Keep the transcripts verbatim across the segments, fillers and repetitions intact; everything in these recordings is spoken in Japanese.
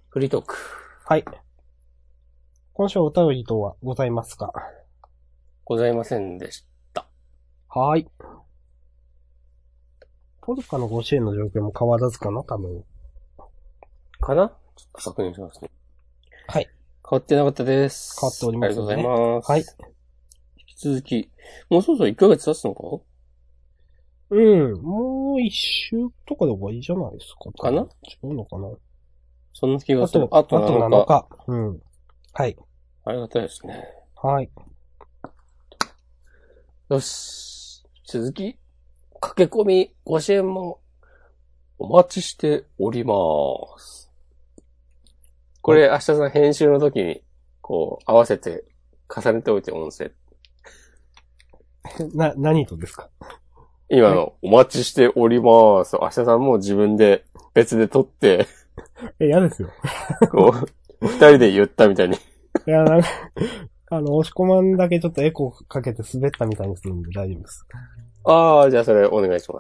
フリートーク。 はい。今週お便り等はございますか？ ございませんでした。 はーい。ポルカのご支援の状況も変わらずかな多分。 かなちょっと確認しますね。 はい。 変わってなかったです。 変わっておりますね。 ありがとうございます。 はい。 引き続き、もうそろそろいっかげつ経つのかうん。もう一週とかで終わりじゃないですか。 かな違うのかなそんな気があする。 と、あとなのか。 なのか。うん。はい。 ありがたいですね。 はい。 よし。続き、駆け込みご支援もお待ちしております。これ、明日さん編集の時に、こう、合わせて重ねておいて音声。 な、何とですか？ 今の、お待ちしております。明日さんも自分で別で撮って、 え、嫌ですよ。 こう、二人で言ったみたいに。 いや、なんか、あの、押し込まんだけちょっとエコーかけて滑ったみたいにするんで大丈夫です。 ああ、じゃあそれお願いします。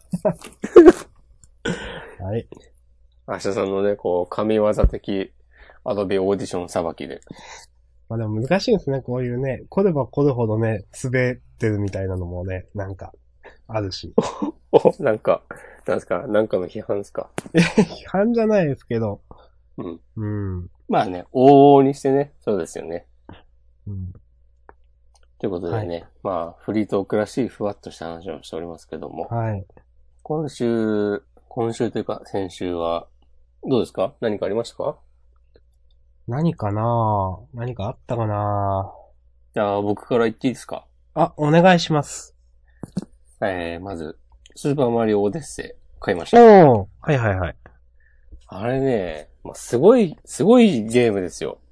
はい。 明日さんのね、こう、神業的アドビオーディションさばきで。 まあでも難しいですね、こういうね。来れば来るほどね、滑ってるみたいなのもね、なんか、あるし。 お、なんか、なんですか、なんかの批判ですか。 批判じゃないですけど。 うん。 うん。 まあね、往々にしてね、そうですよね。 うん。 ということでね、 はい、 まあ、フリートークらしいふわっとした話をしておりますけども。 はい。 今週、今週というか先週は、どうですか？何かありましたか？ 何かな何かあったかなじゃあ、僕から言っていいですか？ あ、お願いします。 えー、まず、スーパーマリオオデッセイ買いました。 おー、はいはいはい。 あれね、まあ、すごい、すごいゲームですよ。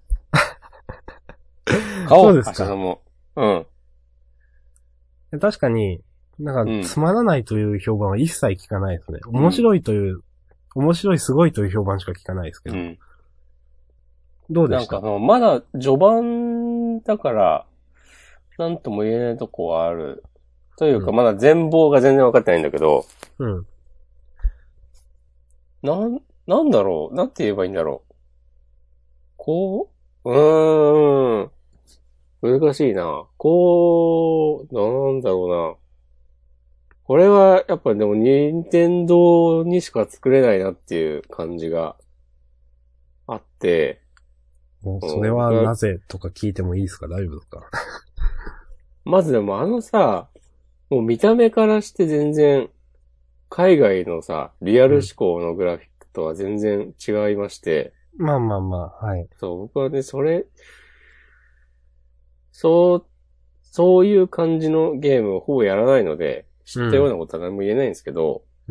買おう、 そうですか。 明日さんも。うん。 確かに、なんか、 うん。 つまらないという評判は一切聞かないですね。面白いという、面白いすごいという評判しか聞かないですけど。 うん。 どうでした？ なんかその、まだ序盤だから、なんとも言えないとこはある。というか、 うんまだ全貌が全然わかってないんだけど、 うん。 なん、なんだろうなんて言えばいいんだろうこう、うーん。難しいな。こう、なんだろうな。これは、やっぱでも、任天堂にしか作れないなっていう感じがあって、 もうそれうん、僕ははなぜとか聞いてもいいですか？大丈夫ですか？ まずでもあのさ、もう見た目からして全然、海外のさ、リアル思考のグラフィックとは全然違いまして、 まあまあまあ、はい。 そう、僕はね、それ、そう、そういう感じのゲームをほぼやらないので、知ったようなことは何も言えないんですけど、 うん。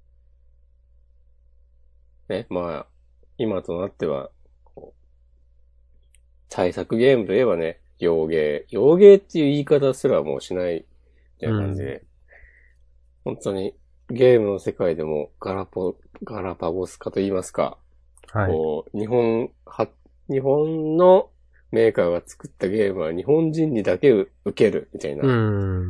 ね、まあ、今となっては、こう対策ゲームといえばね、洋芸。洋芸っていう言い方すらもうしないみたいな感じで、本当にゲームの世界でもガラポ、ガラパゴス化と言いますか、 はい。 こう、日本、は、日本のメーカーが作ったゲームは日本人にだけ受けるみたいなうん。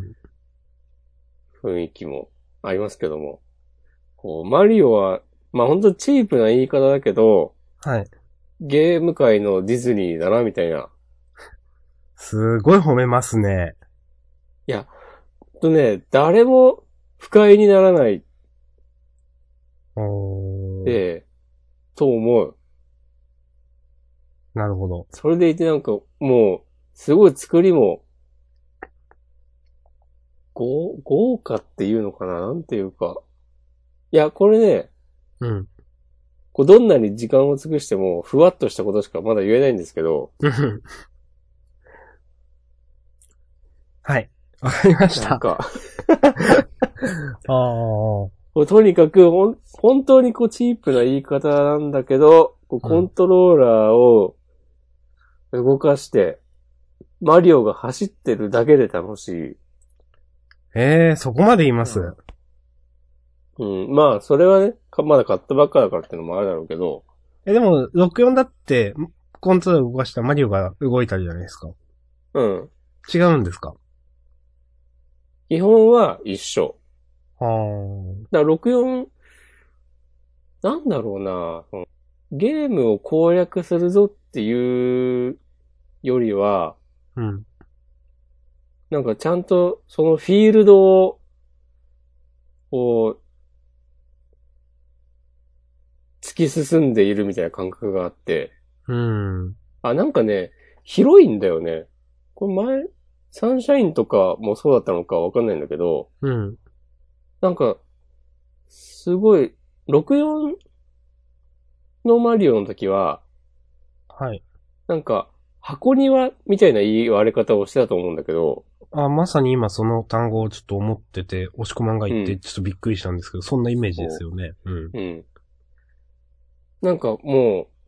雰囲気もありますけども、こう、マリオは、まあ本当チープな言い方だけど、 はい。 ゲーム界のディズニーだな、みたいな。 すごい褒めますね。 いや、とね、誰も不快にならないおー。 で、と思う。 なるほど。 それでいてなんか、もう、すごい作りも、豪、豪華っていうのかななんていうか。いや、これね、 うん。 こうどんなに時間を尽くしても、ふわっとしたことしかまだ言えないんですけど、 はい。わかりました。 なんかああ。 こうとにかくほん、本当にこうチープな言い方なんだけど、こうコントローラーを動かして、マリオが走ってるだけで楽しい。 ええー、そこまで言います。 うん。まあ、それはね、かまだ買ったばっかだからっていうのもあるだろうけど。 え、でも、ろくじゅうよんだって、コントローラー動かしたマリオが動いたじゃないですか。 うん。 違うんですか？ 基本は一緒。 はあ。 だからろくじゅうよん、なんだろうな。 ゲームを攻略するぞっていうよりは、 うん。 なんかちゃんとそのフィールドを、こう、突き進んでいるみたいな感覚があって、 うん。 あ、なんかね、広いんだよね。これ前、サンシャインとかもそうだったのかわかんないんだけど、 うん。 なんか、すごい、ろくじゅうよんのマリオの時は、 はい。 なんか、箱庭みたいな言われ方をしてたと思うんだけど、 あ、まさに今その単語をちょっと思ってて、押し込まんが言ってうん、 ちょっとびっくりしたんですけど、そんなイメージですそよね。うん。 う、うん。なんかもう、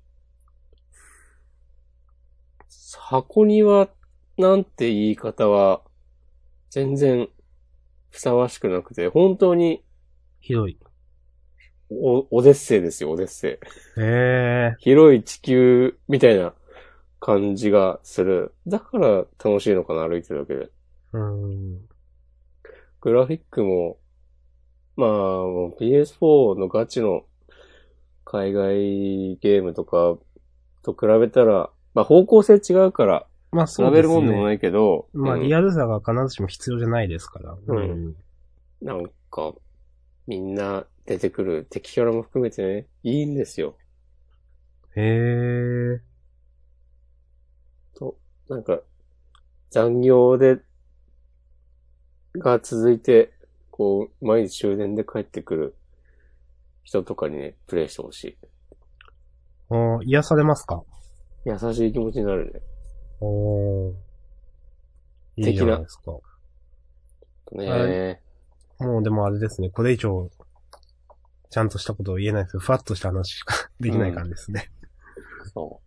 箱庭なんて言い方は、全然ふさわしくなくて、本当に、 ひどい。 お、オデッセイですよ、オデッセイ。 へえ。 広い地球みたいな感じがする。だから楽しいのかな、歩いてるだけで。 うん。 グラフィックも、まあ、もう ピーエスフォー のガチの海外ゲームとかと比べたら、まあ方向性違うからまあそう比べですね。 るもんでもないけど、 まあリうん。 アルさが必ずしも必要じゃないですから。 ううん。 ん。 なんか、みんな出てくる敵キャラも含めてね、いいんですよ。 へえ。 と、なんか、残業で、が続いて、こう、毎日終電で帰ってくる人とかにね、プレイしてほしい。 おー、癒されますか？ 優しい気持ちになるね。 おー。いいじ的な。 ゃないですか。あれ、 ね。 もうでもあれですね。これ以上、ちゃんとしたことを言えないですけど、ふわっとした話しかできない感じですね。 そう。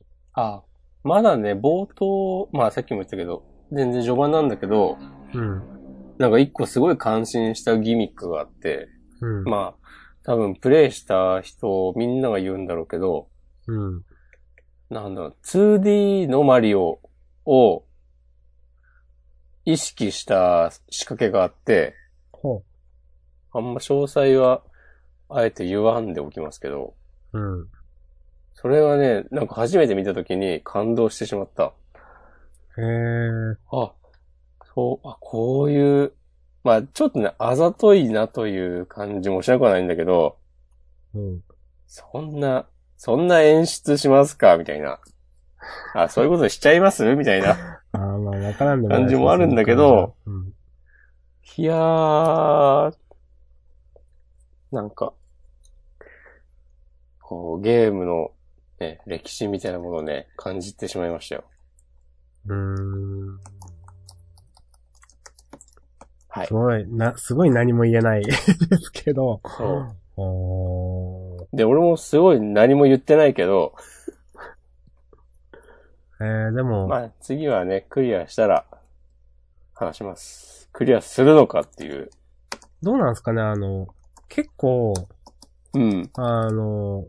あ、まだね、冒頭、まあさっきも言ったけど、全然序盤なんだけど、 うん。 なんか一個すごい感心したギミックがあって、 うん。 まあ、多分プレイした人みんなが言うんだろうけど、 うん。 なんだろう、ツーディー のマリオを意識した仕掛けがあって、 ほあんま詳細はあえて言わんでおきますけど、 う。うん。 それはね、なんか初めて見た時に感動してしまった。 へえ。 あ、そう、あ、こういう、まあちょっとね、あざといなという感じもしなくはないんだけど、 うん。 そんな、そんな演出しますかみたいな。あ、そういうことしちゃいますみたいなああ、まあわからんでもない感じですね。 もあるんだけその感ど、 情。うん。 いやー、なんか、こう、ゲームの、ね、歴史みたいなものをね、感じてしまいましたよ。 うーん。 はい。 すごい、な、すごい何も言えないですけど。 そおー。 う。で、俺もすごい何も言ってないけど、 えー、でも、 まあ、次はね、クリアしたら、話します。クリアするのかっていう。 どうなんですかね、あの、結構、 うん。 あの、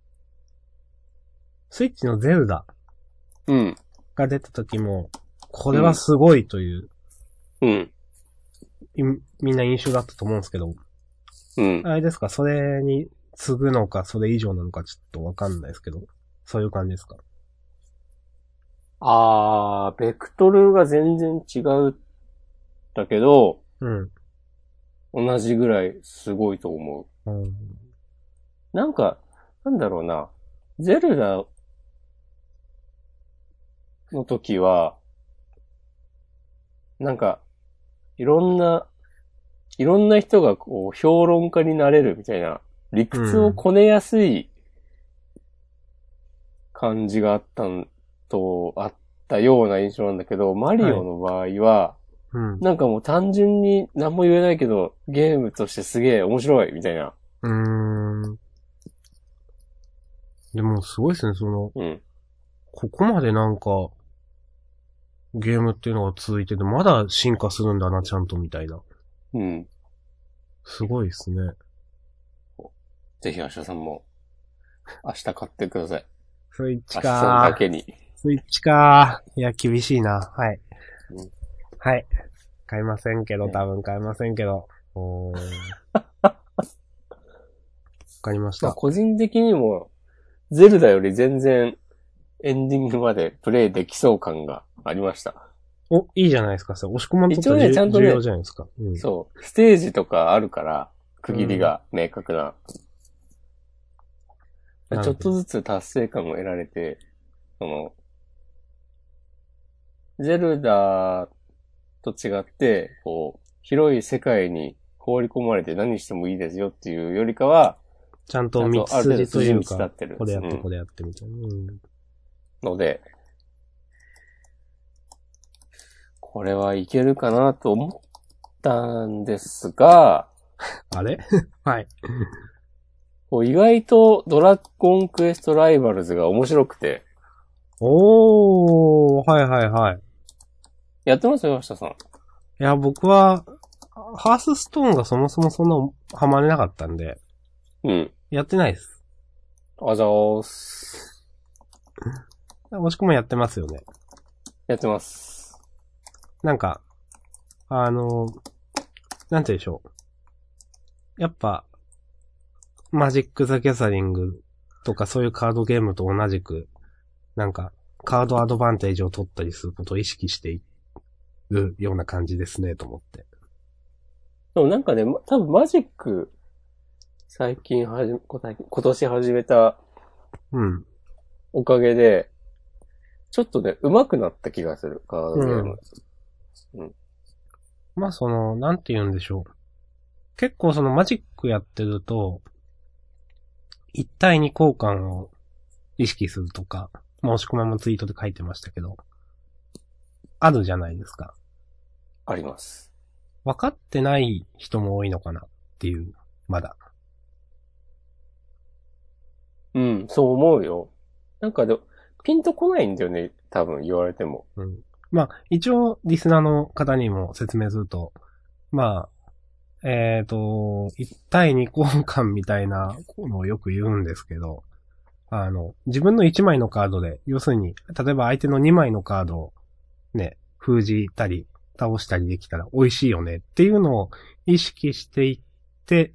スイッチのゼルダうん。 が出た時も、これはすごいという、 うん。 いみんな印象だったと思うんですけど、 うん。 あれですか、それに次ぐのか、それ以上なのかちょっとわかんないですけど、そういう感じですか？ あー、ベクトルが全然違う。だけど、 うん。 同じぐらいすごいと思うん。 う。なんか、なんだろうな。ゼルダの時は、なんか、いろんな、いろんな人がこう、評論家になれるみたいな、理屈をこねやすい感じがあったんと、あったような印象なんだけど、マリはい。 オの場合は、 うん。 なんかもう単純に何も言えないけど、ゲームとしてすげえ面白いみたいな。 うーん。でもすごいですね、その、 うん。 ここまでなんか、ゲームっていうのが続いてて、まだ進化するんだな、ちゃんとみたいな。 うん。 すごいですね。 ぜひ明日さんも、明日買ってください。 スイッチ明日さんだかけに。 スイッチかいや、厳しいな。はい。 うん、 はい。買いませんけど、 ね、 多分買いませんけど。おー。わかりましまあ、 た。 個人的にも、 ゼルダより全然エンディングまでプレイできそう感がありました。 お、いいじゃないですか。それ押し込まんとったら、 一応ね、ちゃんとね、 重要じゃないですか。うん、 そう、ステージとかあるから、区切りが明確な。うん、ちょっとずつ達成感を得られて、その、ゼルダと違って、こう、広い世界に放り込まれて何してもいいですよっていうよりかは、 ちゃんと道筋というか、 ここれやってこれやってみたいな。うん、 ので、これはいけるかなと思ったんですが、 あれはい。 意外とドラゴンクエストライバルズが面白くて。 おー、はいはいはい。 やってますよ、明日さん。いや、僕は、ハースストーンがそもそもそんなハマれなかったんで。 うん。 やってないです。 あざーす。 もしくもやってますよね。 やってます。 なんか、あの、なんて言うんでしょう。やっぱ、マジック・ザ・ギャザリングとかそういうカードゲームと同じく、なんか、カードアドバンテージを取ったりすることを意識しているような感じですね、と思って。 でもなんかね、多分マジック、最近はじめ、今年始めた、 うん。 おかげで、ちょっとね、上手くなった気がする、カードゲーム。うん。うん、 まあその、なんて言うんでしょう。結構そのマジックやってると、一対二交換を意識するとか、もしくまもツイートで書いてましたけど、あるじゃないですか。 あります。 分かってない人も多いのかなっていう、まだ。 うん、そう思うよ。なんかで、ピンとこないんだよね、多分言われても。 うん。まあ、一応、リスナーの方にも説明すると、まあ、えっと、一対二交換みたいなのをよく言うんですけど、あの、自分の一枚のカードで、要するに、例えば相手の二枚のカードをね、封じたり、倒したりできたら美味しいよねっていうのを意識していって、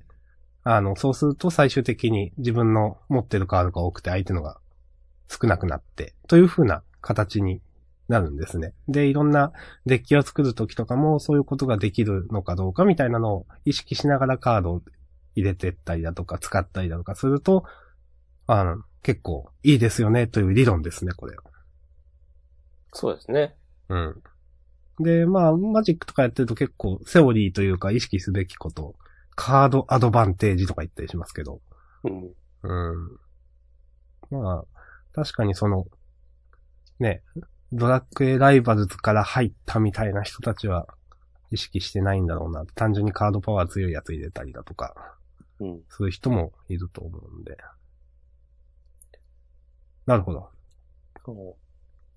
あの、そうすると最終的に自分の持ってるカードが多くて相手のが少なくなって、という風な形になるんですね。で、いろんなデッキを作るときとかもそういうことができるのかどうかみたいなのを意識しながらカードを入れてったりだとか使ったりだとかすると、あの、結構いいですよねという理論ですね、これは。 そうですね。 うん。で、まあ、マジックとかやってると結構セオリーというか意識すべきこと、カードアドバンテージとか言ったりしますけど。 うん。 うん。まあ、確かにその、ね、ドラクエライバルズから入ったみたいな人たちは意識してないんだろうな。単純にカードパワー強いやつ入れたりだとか、 うん。 そういう人もいると思うんで。なるほど。 そう。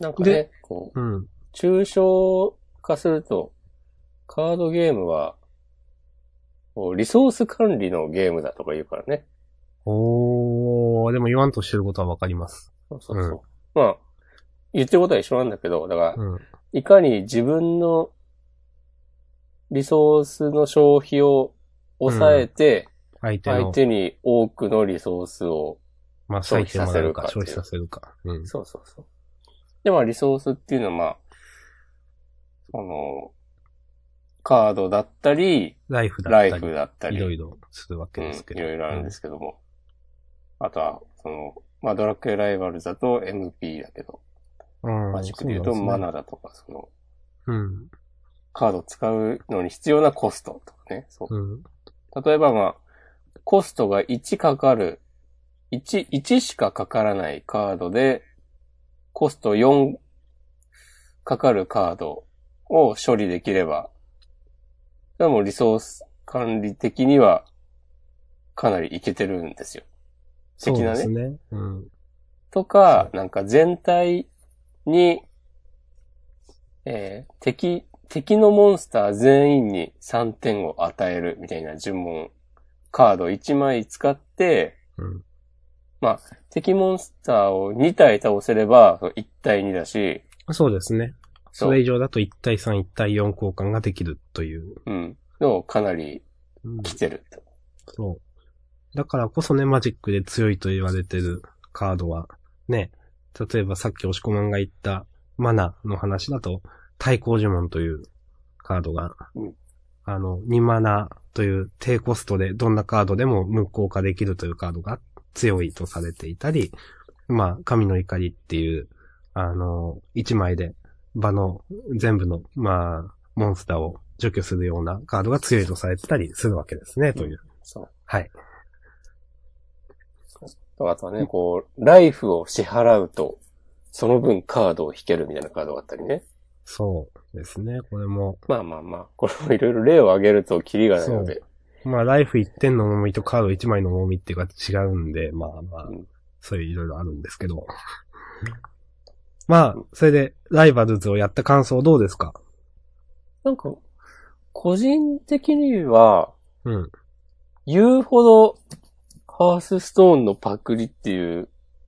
なんかね、こう、 うん。 抽象化すると、カードゲームは、こうリソース管理のゲームだとか言うからね。 おー、でも言わんとしてることはわかります。 そうそうそう。うん、まあ、言ってることは一緒なんだけど、だから、 うん、 いかに自分のリソースの消費を抑えて、 うん、相手の相手に多くのリソースを消費させるか。 まあ、消費させるか。うん。 そうそうそう。で、まあ、リソースっていうのは、まあ、その、カードだったり、 ライフだったり。 ライフだったり。 いろいろするわけですけど。 うん、いろいろあるんですけども。うん、あとは、その、まあ、ドラクエライバルズだと エムピー だけど、うん、マジックで言うとマナだとか、その、 うん。 カードを使うのに必要なコストとかね。そう。 うん、 例えば、まあ、コストがいちかかる、いち、いちしかかからないカードで、コストよんかかるカードを処理できれば、でもリソース管理的にはかなりいけてるんですよ。的なね。 そうですね。うん。 とか、なんか全体に、えー、敵、敵のモンスター全員にさんてんを与えるみたいな呪文、カードいちまい使って、 うん、 まあ、敵モンスターをに体倒せればいち対にだし、 そうですね。それ以上だといち対さん、いち対よん交換ができるという。 うん。のかなり来てる、 うん。そう。だからこそね、マジックで強いと言われてるカードは、ね、例えばさっき押し込まんが言ったマナの話だと、対抗呪文というカードが、 うん、 あの、にマナという低コストでどんなカードでも無効化できるというカードが強いとされていたり、まあ、神の怒りっていう、あの、いちまいで場の全部の、まあ、モンスターを除去するようなカードが強いとされてたりするわけですね、うん、という。 そう。 はい。 あとはね、こう、ライフを支払うと、その分カードを引けるみたいなカードがあったりね。 そうですね、これも。 まあまあまあ、これもいろいろ例を挙げるとキリがないので。 まあ、ライフいってんの重みとカードいちまいの重みっていうか違うんで、まあまあ、うん、そういういろいろあるんですけど。まあ、それで、ライバルズをやった感想どうですか？ なんか、個人的には、 うん。 言うほど、ハースストーンのパクリっていう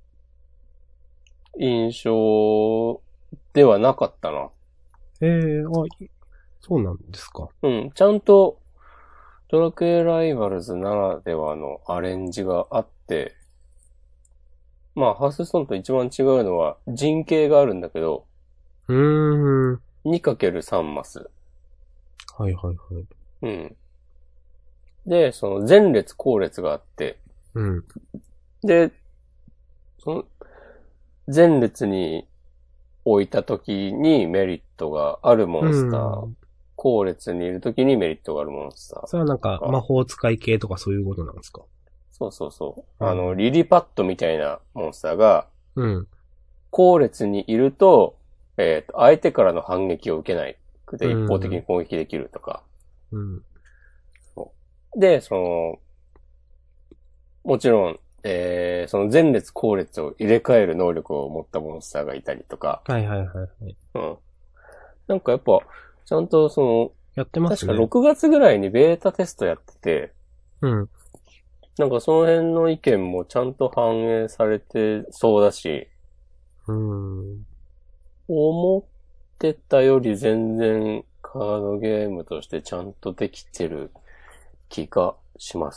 印象ではなかったな。 ええー、あ、そうなんですか。 うん、ちゃんと、ドラクエライバルズならではのアレンジがあって、まあ、ハースストーンと一番違うのは陣形があるんだけど、 うーん。 にかけるさん マス。 はいはいはい。 うん。で、その前列後列があって、 うん。 で、その前列に置いた時にメリットがあるモンスター、後列にいる時にメリットがあるモンスター。 それはなんか魔法使い系とかそういうことなんですか？ そうそうそう。あの、リリパッドみたいなモンスターが、 うん。 後列にいると、えっと、相手からの反撃を受けないくて一方的に攻撃できるとか。 うん。 で、その、もちろん、えー、その前列後列を入れ替える能力を持ったモンスターがいたりとか。 はいはいはいはい。 うん。なんかやっぱ、ちゃんとその、 やってますね。 確かろくがつぐらいにベータテストやってて、 うん。 なんかその辺の意見もちゃんと反映されてそうだし、 うん。 思ってたより全然カードゲームとしてちゃんとできてる気がします。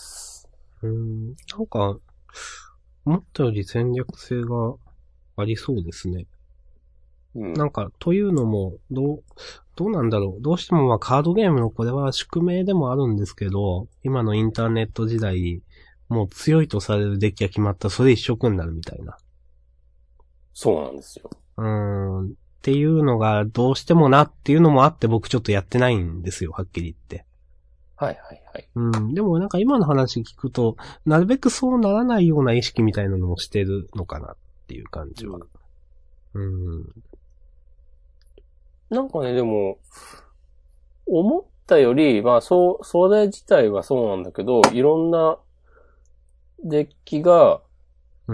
うん。なんか、思ったより戦略性がありそうですね。うん、なんか、というのも、どう、どうなんだろう。どうしてもまあカードゲームのこれは宿命でもあるんですけど、今のインターネット時代、もう強いとされるデッキが決まったらそれ一色になるみたいな。 そうなんですよ。 うーん。っていうのがどうしてもなっていうのもあって僕ちょっとやってないんですよ、はっきり言って。 はいはいはい。 うん。でもなんか今の話聞くと、なるべくそうならないような意識みたいなのもしてるのかなっていう感じは。うん。うん、 なんかね、でも、思ったより、まあそう、壮大自体はそうなんだけど、いろんなデッキが、 うん。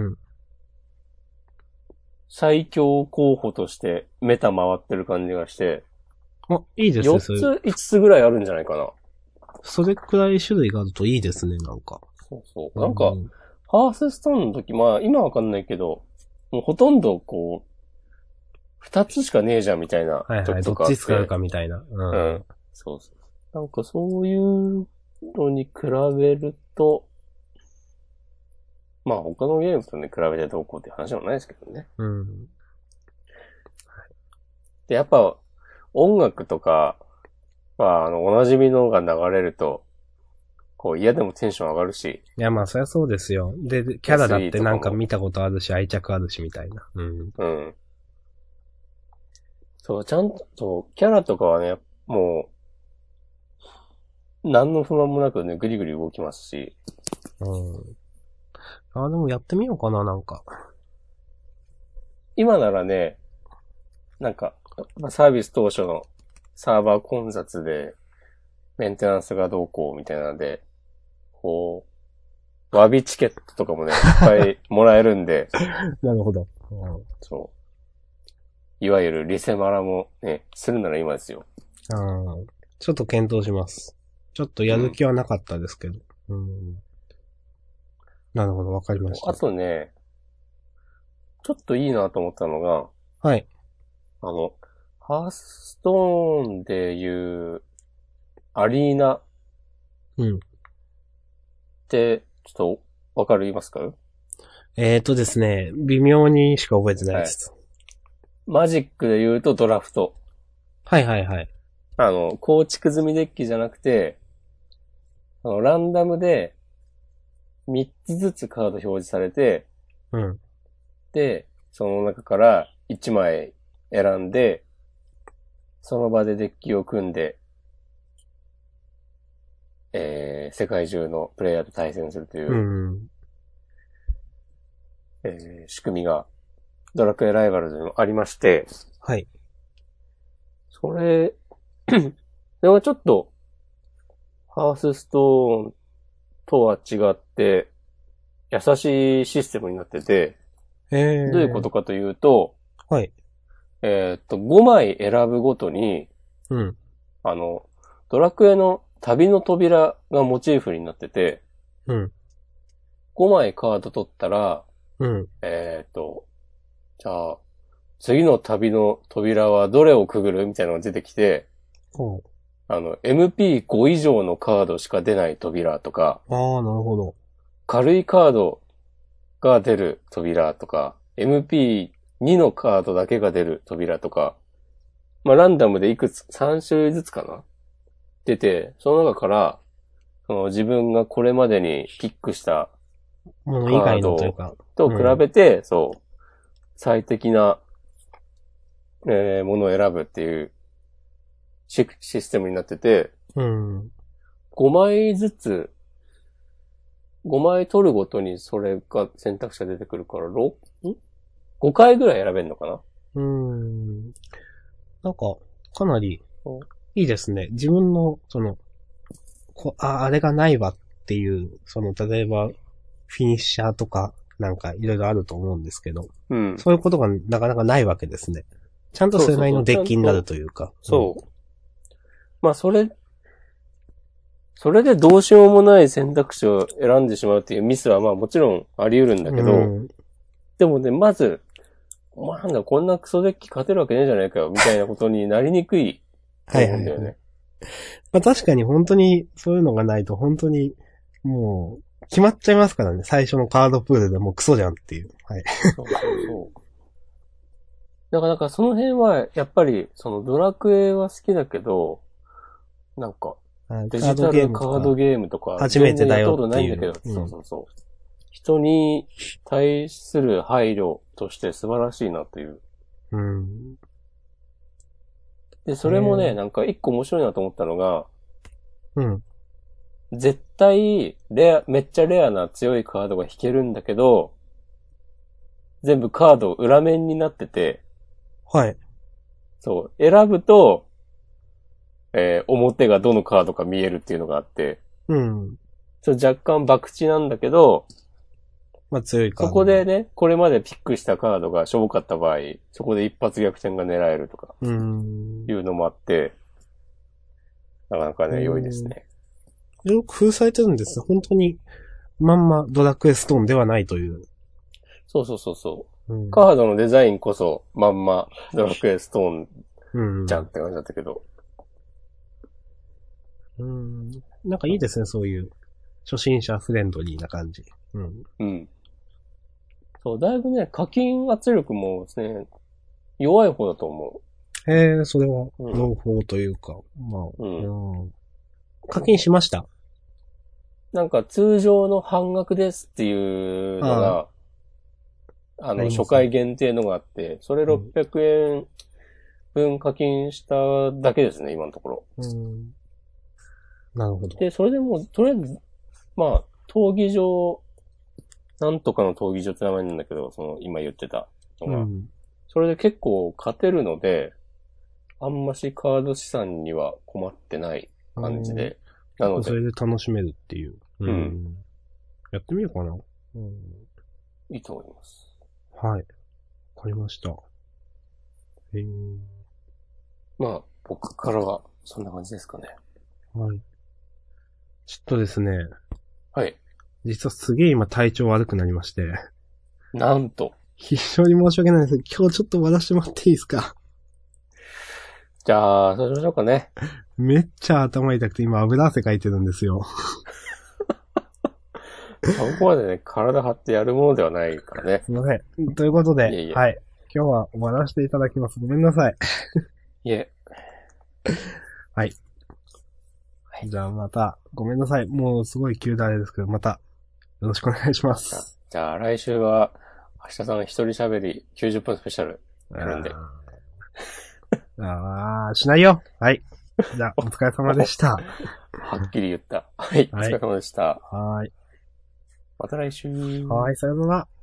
最強候補としてメタ回ってる感じがして、 あ、いいですね、 よっつ、いつつぐらいあるんじゃないかな。 それくらい種類があるといいですね、なんか。 そうそう。なんか、ハースストーンの時、まあ今わかんないけど、もうほとんどこう、二つしかねえじゃんみたいなはいはい、どっち使うかみたいな。うん。うん、 そうそう。なんかそういうのに比べると、まあ他のゲームとね、比べてどうこうって話でもないですけどね。 うん。 で、やっぱ音楽とか、まああの、お馴染みのが流れると、こう嫌でもテンション上がるし。 いやまあそりゃそうですよ。で、キャラだってなんか見たことあるし、愛着あるしみたいな。うん。 うん。そう、ちゃんと、キャラとかはね、もう、何の不満もなくね、ぐりぐり動きますし。 うん。あ、でもやってみようかな、なんか。 今ならね、なんか、まあ、サービス当初のサーバー混雑で、メンテナンスがどうこうみたいなので、こう、詫びチケットとかもね、いっぱいもらえるんで。 なるほど、 うん。そう。いわゆるリセマラもね、するなら今ですよ。 ああ、ちょっと検討します。ちょっとやる気はなかったですけど。うん。うん、なるほど、わかりました。 あとね、ちょっといいなと思ったのが、 はい。 あの、ハーストーンでいうアリーナうん。 って、ちょっとわかりますか？ えーとですね、微妙にしか覚えてないです。 マジックで言うとドラフト。 はいはいはい。 あの、構築済みデッキじゃなくて、あの、ランダムでみっつずつカード表示されて、 うん。 で、その中からいちまい選んで、その場でデッキを組んで、えー、世界中のプレイヤーと対戦するという、 うん。 えー、仕組みがドラクエライバルズにもありまして、 はい。 それ、でもちょっと、ハースストーンとは違って、優しいシステムになってて、 えー。 どういうことかというと、 はい。 えーっと、ごまい選ぶごとに、 うん。 あの、ドラクエの旅の扉がモチーフになってて、 うん。 ごまいカード取ったら、 うん。 えーっと、じゃあ、次の旅の扉はどれをくぐるみたいなのが出てきて、 ほう。 あの、エムピーご 以上のカードしか出ない扉とか、 ああ、なるほど。 軽いカードが出る扉とか、エムピーに のカードだけが出る扉とか、まあ、ランダムでいくつ、さん種類ずつかな出て、その中から、その自分がこれまでにピックしたもの以外カードのというか。 と比べて、うん、そう、最適な、えー、ものを選ぶっていうシ、システムになってて、 うん。 ごまいずつ、ごまい取るごとにそれが選択肢が出てくるから、ろく、ん ?ご 回ぐらい選べるのかな。 うーん。なんか、かなり、いいですね。自分の、その、こあ、あれがないわっていう、その、例えば、フィニッシャーとか、なんか、いろいろあると思うんですけど、 うん。 そういうことがなかなかないわけですね。ちゃんとそれなりのデッキになるというか。 そう。まあ、それ、それでどうしようもない選択肢を選んでしまうっていうミスはまあもちろんあり得るんだけど、うん、でもね、まず、お前なんだこんなクソデッキ勝てるわけねえじゃないかよ、みたいなことになりにくいと思うんだよね。はいはいはい、 まあ確かに本当にそういうのがないと本当にもう決まっちゃいますからね。最初のカードプールでもうクソじゃんっていう。はい。 そうそうそう。だからなんかその辺はやっぱりそのドラクエは好きだけど、なんかデジタルカードゲームとか初めてだよっていう。 全然やったことないんだけど、うん、そうそうそう。人に対する配慮として素晴らしいなという。 うん。 で、それもね、なんか一個面白いなと思ったのが、 うん。 絶対、レア、めっちゃレアな強いカードが引けるんだけど、全部カード裏面になってて、 はい。 そう、選ぶと、えー、表がどのカードか見えるっていうのがあって、 うん。 ちょっと若干博打なんだけど、 まあ強いカード。 そこでね、これまでピックしたカードがしょぼかった場合、そこで一発逆転が狙えるとか、いうのもあって、なかなかね、良いですね。 よく封されてるんです。本当に、まんまドラクエストーンではないという。 そうそうそうそう、うん。カードのデザインこそ、まんまドラクエストーンじゃんって感じだったけど。 うん。なんかいいですね、そういう。初心者フレンドリーな感じ。うん。 うん。そう、だいぶね、課金圧力もですね、弱い方だと思う。へえ、それは、朗報というか、うん、まあ、うん。課金しました。 なんか通常の半額ですっていうのが、あ, あの、初回限定のがあって、それろっぴゃくえん分課金しただけですね、今のところ。 うん。なるほど。 で、それでもう、とりあえず、まあ、闘技場、なんとかの闘技場って名前なんだけど、その、今言ってたのが、うん、それで結構勝てるので、あんましカード資産には困ってない感じで、 なので。それで楽しめるっていう。うん。うん、やってみようかな。 うん。いいと思います。 はい。わかりました。へー。 まあ、僕からは、そんな感じですかね。 はい。ちょっとですね。 はい。 実はすげえ今体調悪くなりまして。 なんと。 非常に申し訳ないです。今日ちょっと笑してもらっていいですか？ じゃあ、そうしましょうかね。 めっちゃ頭痛くて今油汗かいてるんですよ。 ここまでね、体張ってやるものではないからね。 すいません。ということで、 いえいえはい。今日は終わらせていただきます。ごめんなさい。 いえ。 はい。じゃあまた、ごめんなさい。もうすごい急であれですけど、また、よろしくお願いします。 じゃあ来週は、明日さん一人喋りきゅうじゅっぷんスペシャルやるんで。 ああ、しないよ。はい。じゃあ、お疲れ様でした。 はっきり言った。はい。お疲れ様でした。 はい。 また来週。 はい、さよなら。